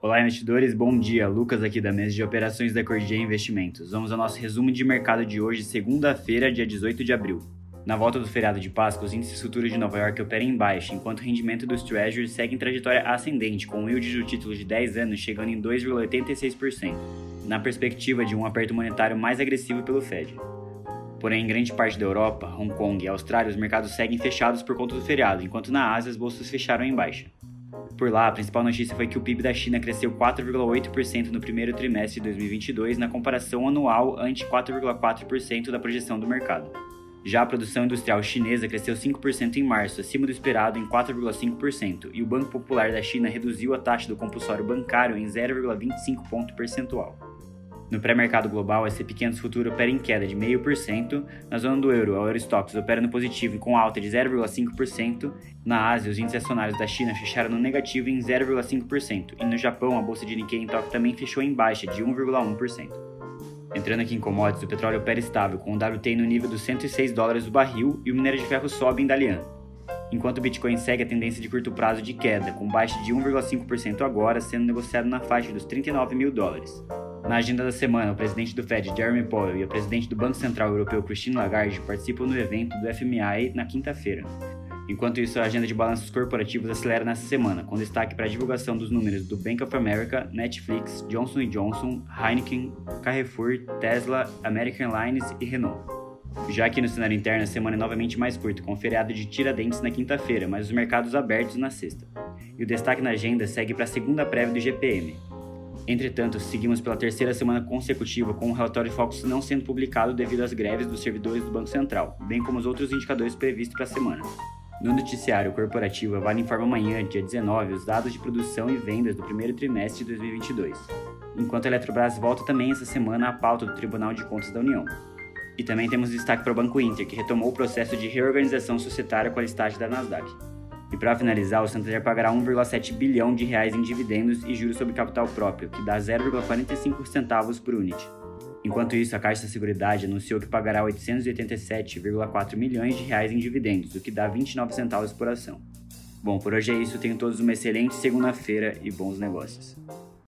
Olá, investidores, bom dia. Lucas aqui da mesa de operações da Cordier Investimentos. Vamos ao nosso resumo de mercado de hoje, segunda-feira, dia 18 de abril. Na volta do feriado de Páscoa, os índices futuros de Nova York operam em baixa, enquanto o rendimento dos Treasuries segue em trajetória ascendente, com o yield do título de 10 anos chegando em 2,86%, na perspectiva de um aperto monetário mais agressivo pelo Fed. Porém, em grande parte da Europa, Hong Kong e Austrália, os mercados seguem fechados por conta do feriado, enquanto na Ásia as bolsas fecharam em baixa. Por lá, a principal notícia foi que o PIB da China cresceu 4,8% no primeiro trimestre de 2022, na comparação anual ante 4,4% da projeção do mercado. Já a produção industrial chinesa cresceu 5% em março, acima do esperado em 4,5%, e o Banco Popular da China reduziu a taxa do compulsório bancário em 0,25 ponto percentual. No pré-mercado global, a S&P 500 Futuro opera em queda de 0,5%, na zona do euro, a Eurostoxx opera no positivo com alta de 0,5%, na Ásia, os índices acionários da China fecharam no negativo em 0,5%, e no Japão, a bolsa de Nikkei em Tóquio também fechou em baixa de 1,1%. Entrando aqui em commodities, o petróleo opera estável, com o WTI no nível dos $106 o barril e o minério de ferro sobe em Dalian. Enquanto o Bitcoin segue a tendência de curto prazo de queda, com baixa de 1,5% agora, sendo negociado na faixa dos $39 mil. Na agenda da semana, o presidente do Fed, Jeremy Powell, e a presidente do Banco Central Europeu, Christine Lagarde, participam do evento do FMI na quinta-feira. Enquanto isso, a agenda de balanços corporativos acelera nessa semana, com destaque para a divulgação dos números do Bank of America, Netflix, Johnson & Johnson, Heineken, Carrefour, Tesla, American Airlines e Renault. Já aqui no cenário interno, a semana é novamente mais curta, com o feriado de Tiradentes na quinta-feira, mas os mercados abertos na sexta. E o destaque na agenda segue para a segunda prévia do GPM. Entretanto, seguimos pela terceira semana consecutiva com o relatório de Focus não sendo publicado devido às greves dos servidores do Banco Central, bem como os outros indicadores previstos para a semana. No noticiário corporativo, a Vale informa amanhã, dia 19, os dados de produção e vendas do primeiro trimestre de 2022, enquanto a Eletrobras volta também essa semana à pauta do Tribunal de Contas da União. E também temos destaque para o Banco Inter, que retomou o processo de reorganização societária com a listagem da Nasdaq. E para finalizar, o Santander pagará 1,7 bilhão de reais em dividendos e juros sobre capital próprio, que dá 0,45 centavos por unit. Enquanto isso, a Caixa Seguridade anunciou que pagará 887,4 milhões de reais em dividendos, o que dá 29 centavos por ação. Bom, por hoje é isso. Tenham todos uma excelente segunda-feira e bons negócios.